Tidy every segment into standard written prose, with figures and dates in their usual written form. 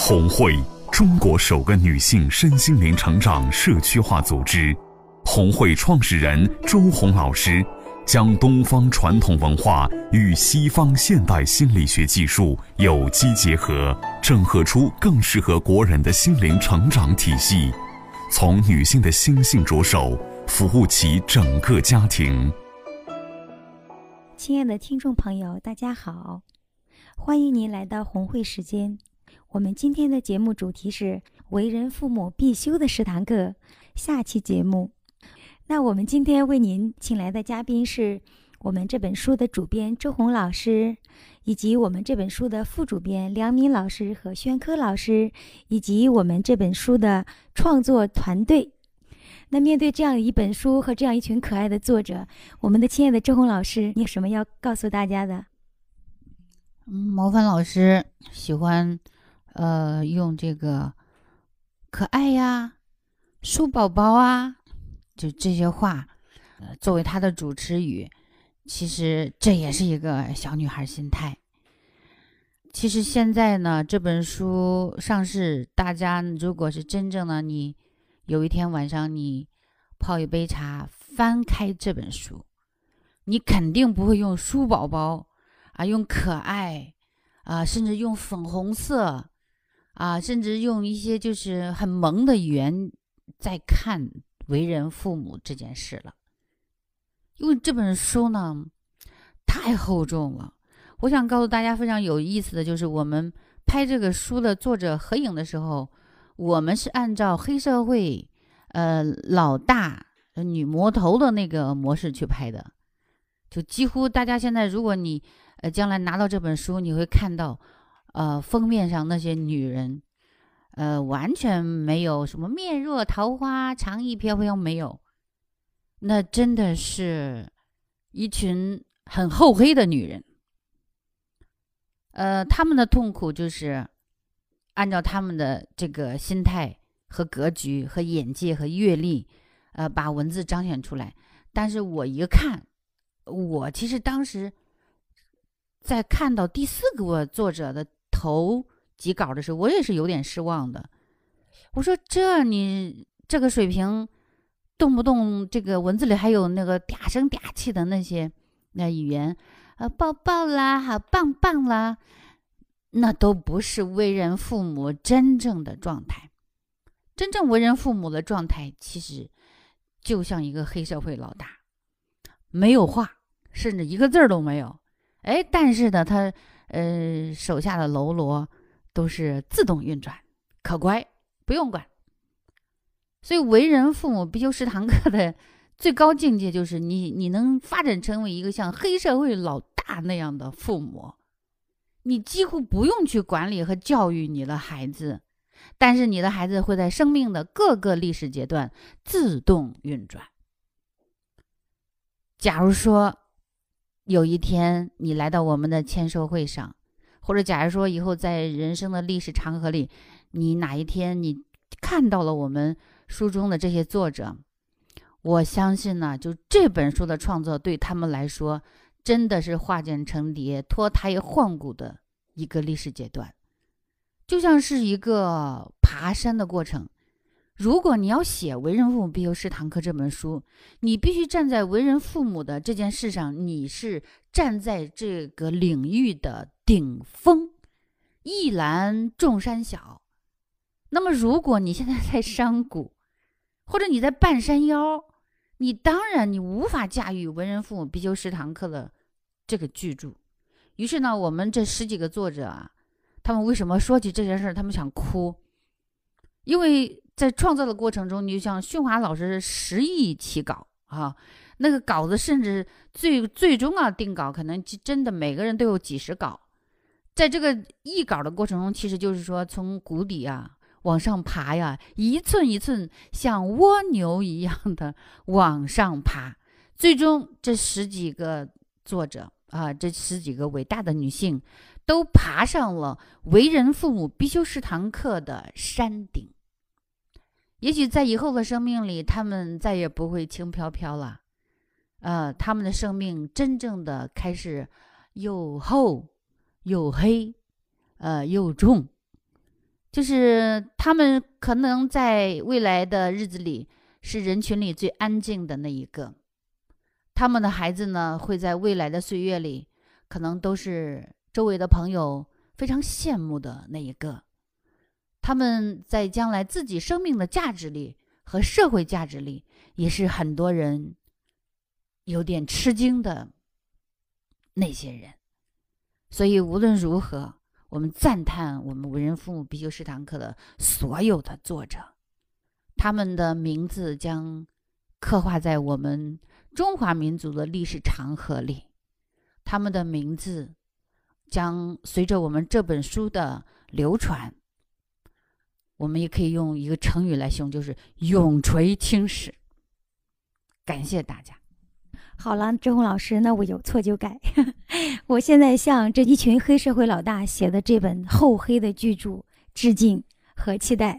红会，中国首个女性身心灵成长社区化组织。红会创始人周红老师将东方传统文化与西方现代心理学技术有机结合，整合出更适合国人的心灵成长体系，从女性的心性着手，服务其整个家庭。 亲爱的听众朋友，大家好，欢迎您来到红会时间。我们今天的节目主题是为人父母必修的10堂课，下期节目。那我们今天为您请来的嘉宾是我们这本书的主编周红老师，以及我们这本书的副主编梁敏老师和宣科老师，以及我们这本书的创作团队。那面对这样一本书和这样一群可爱的作者，我们的亲爱的周红老师，你有什么要告诉大家的？ 毛凡老师喜欢用这个可爱呀、书宝宝啊，就这些话作为他的主持语。其实这也是一个小女孩心态。其实现在呢，这本书上市，大家如果是真正的你有一天晚上你泡一杯茶，翻开这本书，你肯定不会用书宝宝啊，用可爱啊，甚至用粉红色啊，甚至用一些就是很萌的语言在看为人父母这件事了。因为这本书呢太厚重了。我想告诉大家非常有意思的就是，我们拍这个书的作者合影的时候，我们是按照黑社会老大女魔头的那个模式去拍的。就几乎大家现在如果你将来拿到这本书，你会看到封面上那些女人完全没有什么面若桃花长意飘飘，没有，那真的是一群很厚黑的女人。他们的痛苦就是按照他们的这个心态和格局和眼界和阅历把文字彰显出来。但是我一看，我其实当时在看到第4个作者的头几稿的时候，我也是有点失望的。我说你这个水平，动不动这个文字里还有那个嗲声嗲气的那些语言，抱抱啦，好棒棒啦，那都不是为人父母真正的状态。真正为人父母的状态，其实就像一个黑社会老大，没有话，甚至一个字儿都没有。但是呢，他手下的喽啰都是自动运转，可乖，不用管。所以为人父母必修10堂课的最高境界就是你能发展成为一个像黑社会老大那样的父母，你几乎不用去管理和教育你的孩子，但是你的孩子会在生命的各个历史阶段自动运转。假如说有一天你来到我们的签售会上，或者假如说以后在人生的历史长河里，你哪一天你看到了我们书中的这些作者，我相信呢，就这本书的创作对他们来说真的是化茧成蝶、脱胎换骨的一个历史阶段，就像是一个爬山的过程。如果你要写《为人父母必修10堂课》这本书，你必须站在为人父母的这件事上，你是站在这个领域的顶峰，一览众山小。那么如果你现在在山谷，或者你在半山腰，你当然你无法驾驭《为人父母必修10堂课》的这个巨著。于是呢，我们这10几个作者啊，他们为什么说起这件事他们想哭？因为在创造的过程中，你就像训华老师10亿起稿啊，那个稿子甚至最终啊定稿可能真的每个人都有几十稿。在这个译稿的过程中，其实就是说从谷底啊往上爬呀，一寸一寸像蜗牛一样的往上爬。最终这10几个作者啊，这10几个伟大的女性都爬上了为人父母必修10堂课的山顶。也许在以后的生命里，他们再也不会轻飘飘了，他们的生命真正的开始又厚又黑，又重， 就是他们可能在未来的日子里是人群里最安静的那一个，他们的孩子呢，会在未来的岁月里，可能都是周围的朋友非常羡慕的那一个。他们在将来自己生命的价值里和社会价值里，也是很多人有点吃惊的那些人。所以无论如何，我们赞叹我们为人父母必修10堂课的所有的作者，他们的名字将刻画在我们中华民族的历史长河里，他们的名字将随着我们这本书的流传，我们也可以用一个成语来形容，就是永垂青史。感谢大家。 好了，周红老师，那我有错就改。我现在向这一群黑社会老大写的这本厚黑的巨著致敬和期待。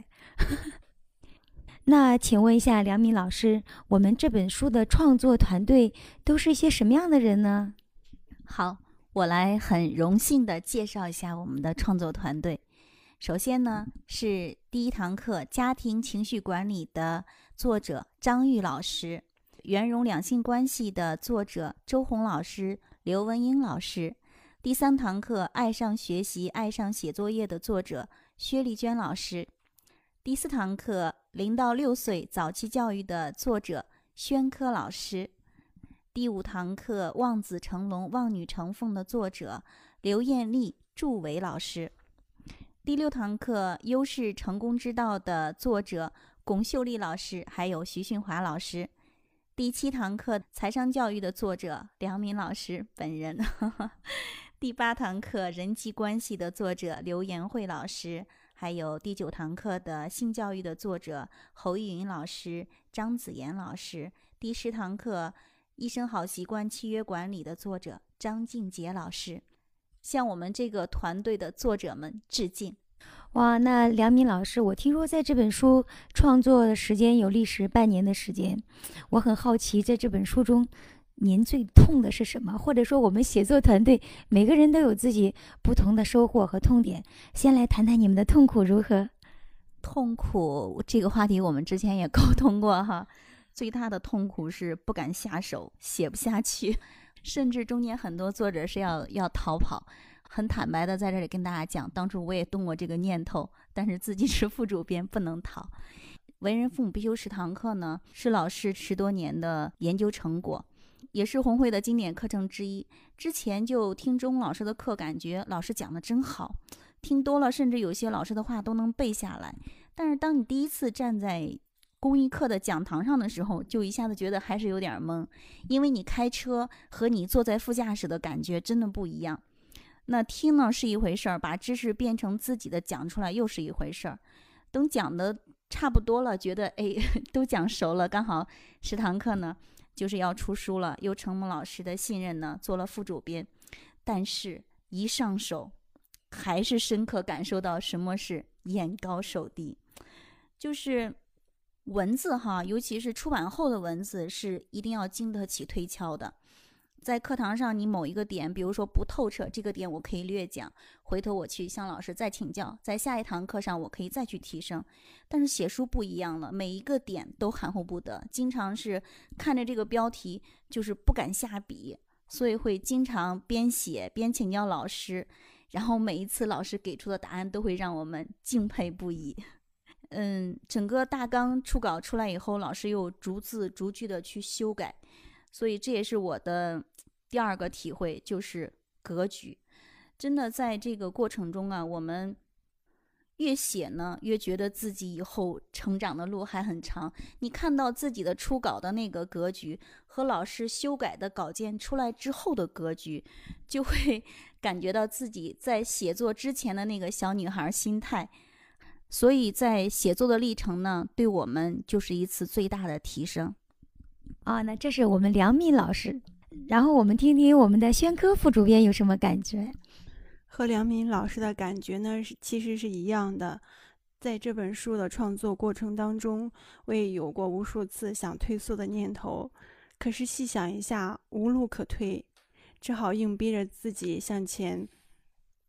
那请问一下梁敏老师，我们这本书的创作团队都是一些什么样的人呢？ 好，我来很荣幸的介绍一下我们的创作团队。首先呢，是第1堂课家庭情绪管理的作者张玉老师，圆融两性关系的作者周红老师、刘文英老师，第3堂课爱上学习爱上写作业的作者薛丽娟老师，第4堂课0到6岁早期教育的作者宣科老师，第5堂课望子成龙望女成凤的作者刘艳丽、祝伟老师，第6堂课优势成功之道的作者龚秀丽老师还有徐训华老师，第7堂课财商教育的作者梁敏老师本人第8堂课人际关系的作者刘延慧老师，还有第9堂课的性教育的作者侯玉云老师、张子妍老师，第10堂课一生好习惯契约管理的作者张静杰老师，向我们这个团队的作者们致敬。 哇，那梁敏老师，我听说在这本书创作的时间有历时半年的时间，我很好奇，在这本书中您最痛的是什么？或者说我们写作团队每个人都有自己不同的收获和痛点，先来谈谈你们的痛苦如何？ 痛苦这个话题我们之前也沟通过哈，最大的痛苦是不敢下手，写不下去，甚至中间很多作者是要逃跑。很坦白的在这里跟大家讲，当初我也动过这个念头，但是自己是副主编，不能逃。为人父母必修10堂课呢，是老师10多年的研究成果，也是红会的经典课程之一。之前就听钟老师的课，感觉老师讲的真好，听多了甚至有些老师的话都能背下来。但是当你第一次站在公益课的讲堂上的时候，就一下子觉得还是有点懵，因为你开车和你坐在副驾驶的感觉真的不一样。那听呢是一回事儿，把知识变成自己的讲出来又是一回事儿。等讲的差不多了，觉得都讲熟了，刚好10堂课呢就是要出书了，由程萌老师的信任呢做了副主编，但是一上手还是深刻感受到什么是眼高手低。就是文字哈，尤其是出版后的文字是一定要经得起推敲的。在课堂上你某一个点，比如说不透彻，这个点我可以略讲，回头我去向老师再请教，在下一堂课上我可以再去提升。但是写书不一样了，每一个点都含糊不得，经常是看着这个标题就是不敢下笔，所以会经常边写边请教老师，然后每一次老师给出的答案都会让我们敬佩不已。整个大纲初稿出来以后，老师又逐字逐句的去修改，所以这也是我的第2个体会，就是格局。真的在这个过程中啊，我们越写呢，越觉得自己以后成长的路还很长。你看到自己的初稿的那个格局和老师修改的稿件出来之后的格局，就会感觉到自己在写作之前的那个小女孩心态。所以在写作的历程呢，对我们就是一次最大的提升。 那这是我们梁敏老师，然后我们听听我们的宣科副主编有什么感觉。 和梁敏老师的感觉呢，其实是一样的。在这本书的创作过程当中，我也有过无数次想退缩的念头，可是细想一下，无路可退，只好硬逼着自己向前。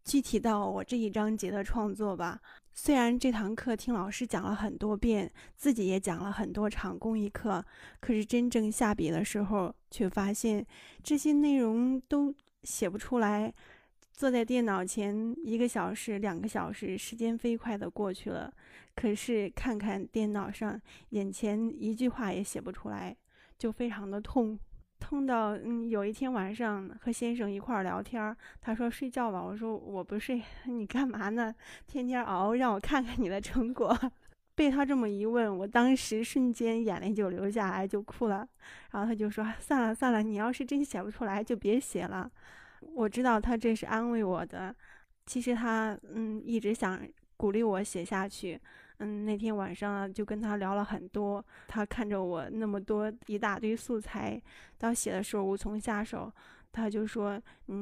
具体到我这一章节的创作吧，虽然这堂课听老师讲了很多遍，自己也讲了很多场公益课，可是真正下笔的时候，却发现这些内容都写不出来。坐在电脑前1个小时、2个小时，时间飞快地过去了，可是看看电脑上，眼前一句话也写不出来，就非常的痛到有一天晚上和先生一块儿聊天，他说睡觉吧，我说我不睡，你干嘛呢？天天熬，让我看看你的成果。被他这么一问，我当时瞬间眼泪就流下来，就哭了。然后他就说算了，你要是真写不出来就别写了。我知道他这是安慰我的，其实他一直想鼓励我写下去。那天晚上就跟他聊了很多，他看着我那么多一大堆素材，到写的时候无从下手，他就说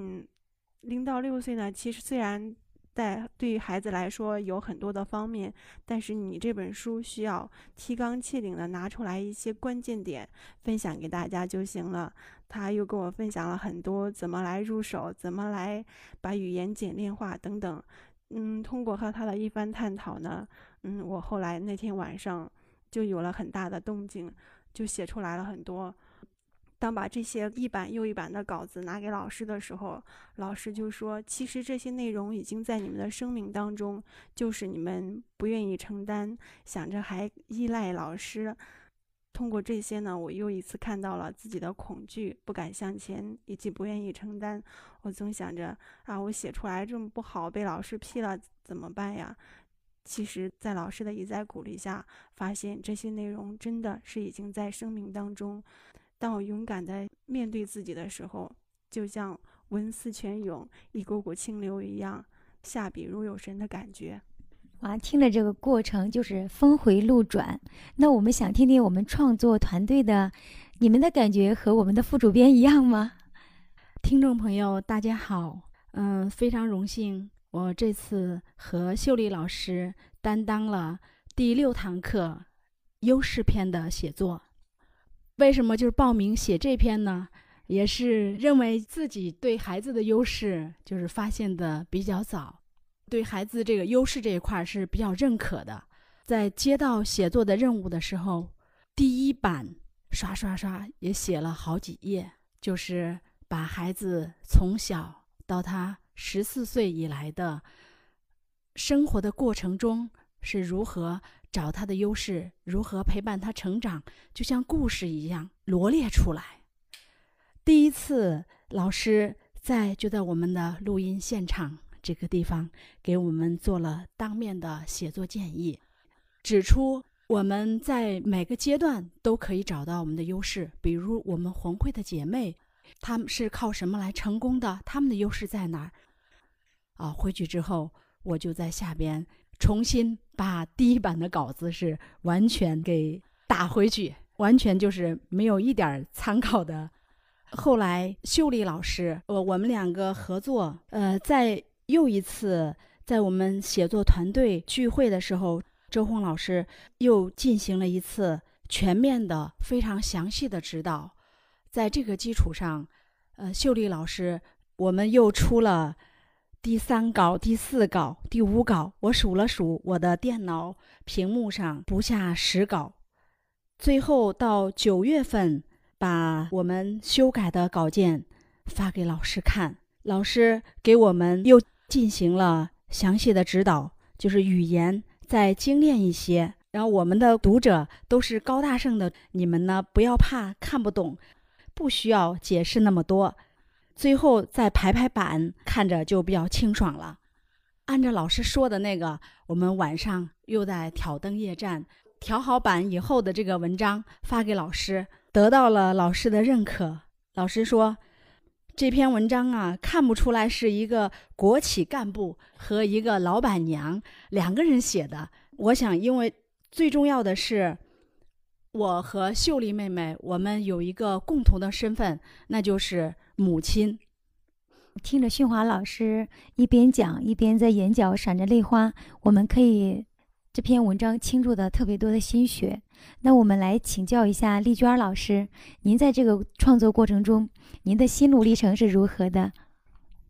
0到6岁呢，其实虽然对于孩子来说有很多的方面，但是你这本书需要提纲挈领的拿出来一些关键点分享给大家就行了。他又跟我分享了很多怎么来入手，怎么来把语言简练化等等。通过和他的一番探讨呢，我后来那天晚上就有了很大的动静，就写出来了很多。当把这些一版又一版的稿子拿给老师的时候，老师就说其实这些内容已经在你们的生命当中，就是你们不愿意承担，想着还依赖老师。通过这些呢，我又一次看到了自己的恐惧，不敢向前，以及不愿意承担。我总想着我写出来这么不好，被老师批了怎么办呀？其实在老师的一再鼓励下，发现这些内容真的是已经在生命当中。当我勇敢地面对自己的时候，就像文思泉涌，一股股清流一样，下笔如有神的感觉。 哇，听了这个过程就是峰回路转。那我们想听听我们创作团队的你们的感觉和我们的副主编一样吗？ 听众朋友大家好，非常荣幸我这次和秀丽老师担当了第6堂课优势篇的写作。为什么就是报名写这篇呢？也是认为自己对孩子的优势就是发现的比较早，对孩子这个优势这一块是比较认可的。在接到写作的任务的时候，第1版刷也写了好几页，就是把孩子从小到他14岁以来的生活的过程中是如何找他的优势，如何陪伴他成长，就像故事一样罗列出来。第一次老师就在我们的录音现场这个地方给我们做了当面的写作建议，指出我们在每个阶段都可以找到我们的优势。比如我们红会的姐妹，她们是靠什么来成功的，她们的优势在哪儿？回去之后我就在下边重新把第1版的稿子是完全给打回去，完全就是没有一点参考的。后来秀丽老师我们2个合作，在又一次在我们写作团队聚会的时候，周红老师又进行了一次全面的非常详细的指导。在这个基础上，秀丽老师我们又出了第3稿、第4稿、第5稿，我数了数，我的电脑屏幕上不下10稿。最后到9月份，把我们修改的稿件发给老师看，老师给我们又进行了详细的指导，就是语言再精炼一些，然后我们的读者都是高大上的，你们呢不要怕看不懂，不需要解释那么多，最后再排版，看着就比较清爽了。按照老师说的那个，我们晚上又在挑灯夜战，调好版以后的这个文章发给老师，得到了老师的认可。老师说这篇文章看不出来是一个国企干部和一个老板娘2个人写的。我想因为最重要的是我和秀丽妹妹，我们有一个共同的身份，那就是母亲。 听着训华老师一边讲一边在眼角闪着泪花，我们可以这篇文章倾注的特别多的心血。那我们来请教一下丽娟老师，您在这个创作过程中，您的心路历程是如何的？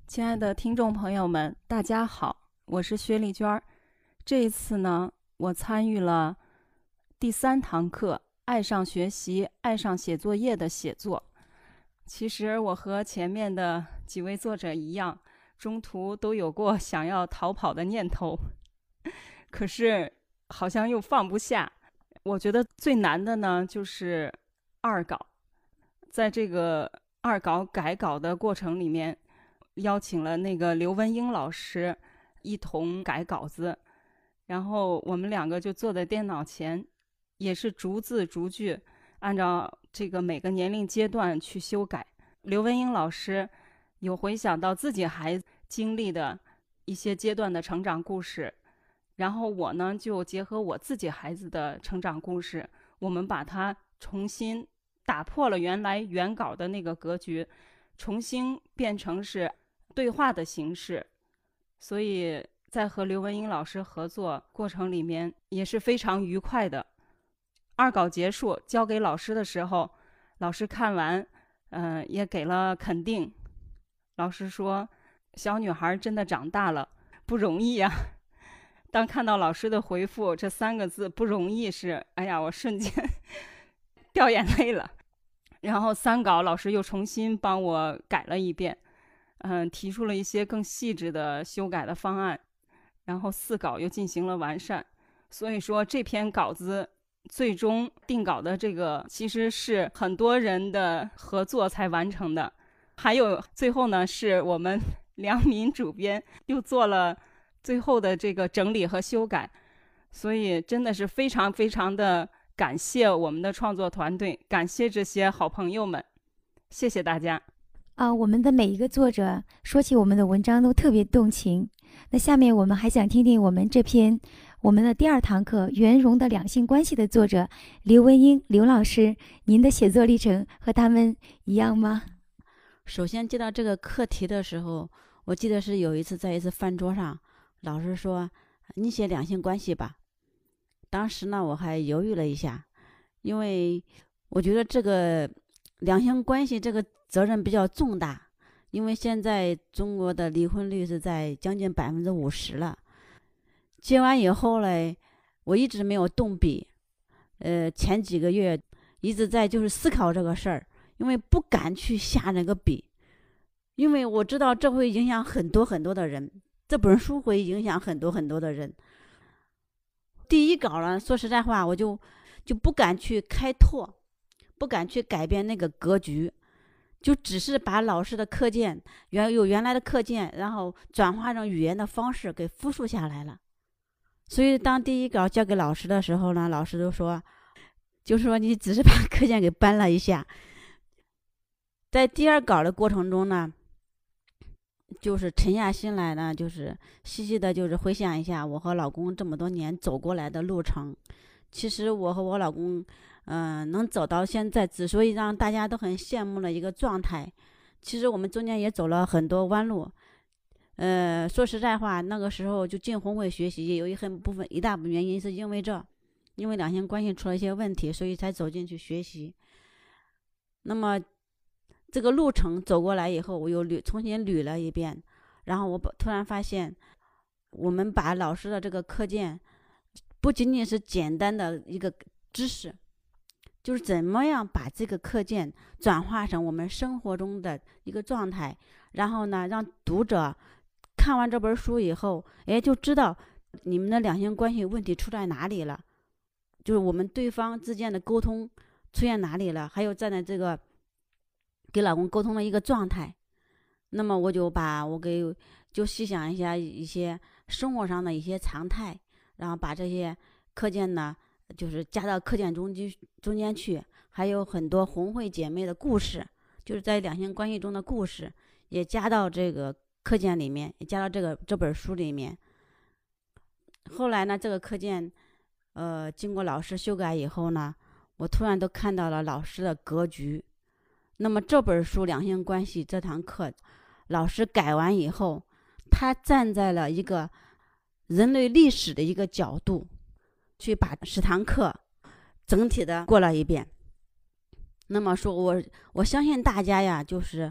亲爱的听众朋友们，大家好，我是薛丽娟儿。这一次呢，我参与了第3堂课，爱上学习，爱上写作业的写作。其实我和前面的几位作者一样，中途都有过想要逃跑的念头，可是好像又放不下。我觉得最难的呢，就是2稿。在这个2稿改稿的过程里面，邀请了那个刘文英老师一同改稿子，然后我们2个就坐在电脑前，也是逐字逐句按照这个每个年龄阶段去修改。刘文英老师有回想到自己孩子经历的一些阶段的成长故事，然后我呢就结合我自己孩子的成长故事，我们把它重新打破了原来原稿的那个格局，重新变成是对话的形式。所以在和刘文英老师合作过程里面也是非常愉快的。2稿结束交给老师的时候，老师看完也给了肯定。老师说小女孩真的长大了，不容易呀。当看到老师的回复这3个字不容易时，哎呀，我瞬间掉眼泪了。然后3稿老师又重新帮我改了一遍，提出了一些更细致的修改的方案，然后4稿又进行了完善。所以说这篇稿子最终定稿的这个其实是很多人的合作才完成的，还有最后呢是我们梁敏主编又做了最后的这个整理和修改。所以真的是非常非常的感谢我们的创作团队，感谢这些好朋友们，谢谢大家。 我们的每一个作者说起我们的文章都特别动情。那下面我们还想听听我们的第2堂课圆融的两性关系的作者刘文英刘老师，您的写作历程和他们一样吗？ 首先接到这个课题的时候，我记得是有一次在一次饭桌上，老师说你写两性关系吧。当时呢我还犹豫了一下，因为我觉得这个两性关系这个责任比较重大，因为现在中国的离婚率是在将近50%了。接完以后呢，我一直没有动笔，前几个月一直在就是思考这个事儿，因为不敢去下那个笔，因为我知道这会影响很多很多的人，这本书会影响很多很多的人。第1稿呢，说实在话，我就不敢去开拓，不敢去改变那个格局，就只是把老师的课件原来的课件，然后转化成语言的方式给复述下来了。所以当第1稿交给老师的时候呢，老师就说你只是把课件给搬了一下。在第2稿的过程中呢，就是沉下心来呢，就是细细的就是回想一下我和老公这么多年走过来的路程。其实我和我老公能走到现在，之所以让大家都很羡慕的一个状态，其实我们中间也走了很多弯路。说实在话，那个时候就进红会学习，也有一大部分原因是因为两性关系出了一些问题，所以才走进去学习。那么这个路程走过来以后，我又重新捋了一遍，然后我突然发现，我们把老师的这个课件不仅仅是简单的一个知识，就是怎么样把这个课件转化成我们生活中的一个状态，然后呢，让读者看完这本书以后，就知道你们的两性关系问题出在哪里了，就是我们对方之间的沟通出现哪里了，还有站在这个给老公沟通的一个状态。那么我就细想一下一些生活上的一些常态，然后把这些课件呢，就是加到课件中间去，还有很多红会姐妹的故事，就是在两性关系中的故事，也加到这个课件里面，也加到这本书里面。后来呢，这个课件经过老师修改以后呢，我突然都看到了老师的格局。那么这本书《两性关系》这堂课，老师改完以后，他站在了一个人类历史的一个角度，去把10堂课整体的过了一遍。那么说我相信大家呀，就是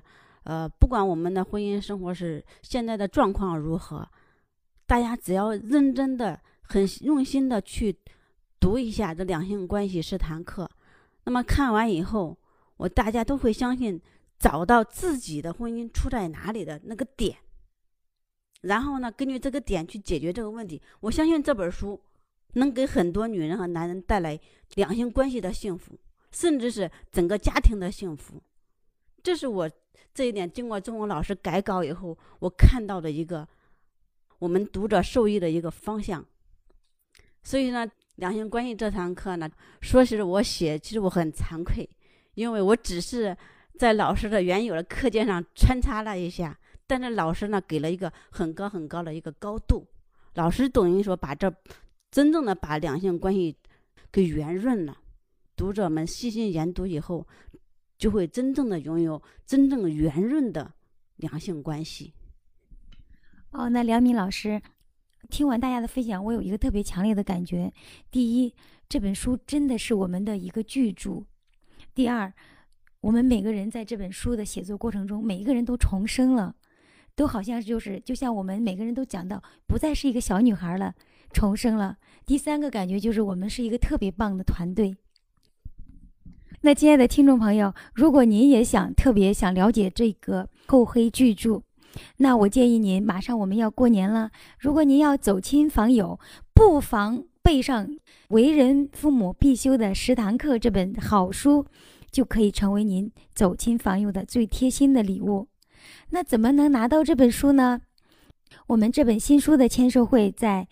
不管我们的婚姻生活是现在的状况如何，大家只要认真的、很用心的去读一下这两性关系10堂课，那么看完以后，大家都会相信找到自己的婚姻出在哪里的那个点，然后呢，根据这个点去解决这个问题。我相信这本书能给很多女人和男人带来两性关系的幸福，甚至是整个家庭的幸福。这是我这一点经过周红老师改稿以后，我看到的一个我们读者受益的一个方向。所以呢，两性关系这堂课呢，说是我写，其实我很惭愧，因为我只是在老师的原有的课件上穿插了一下，但是老师呢给了一个很高很高的一个高度，老师等于说真正的把两性关系给圆润了。读者们细心研读以后，就会真正的拥有真正圆润的两性关系。 那梁敏老师，听完大家的分享，我有一个特别强烈的感觉。第一，这本书真的是我们的一个巨著。第二，我们每个人在这本书的写作过程中，每一个人都重生了，都好像就像我们每个人都讲到，不再是一个小女孩了，重生了。第三个感觉就是我们是一个特别棒的团队。那亲爱的听众朋友，如果您也特别想了解这个厚黑巨著，那我建议您，马上我们要过年了，如果您要走亲访友，不妨背上《为人父母必修的10堂课》这本好书，就可以成为您走亲访友的最贴心的礼物。那怎么能拿到这本书呢？我们这本新书的签售会在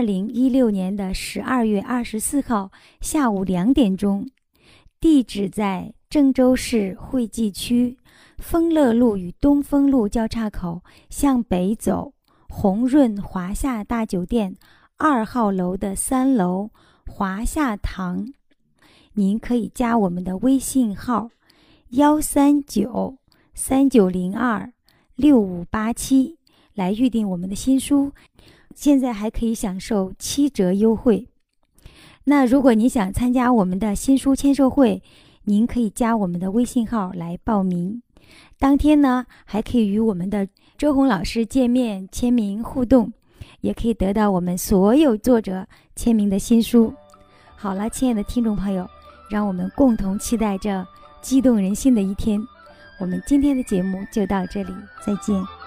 2016年的12月24号下午2点钟，地址在郑州市惠济区丰乐路与东风路交叉口向北走，红润华夏大酒店2号楼的3楼华夏堂。您可以加我们的微信号13939026587来预定我们的新书，现在还可以享受7折优惠。那如果你想参加我们的新书签售会，您可以加我们的微信号来报名。当天呢，还可以与我们的周红老师见面签名互动，也可以得到我们所有作者签名的新书。好了，亲爱的听众朋友，让我们共同期待这激动人心的一天。我们今天的节目就到这里，再见。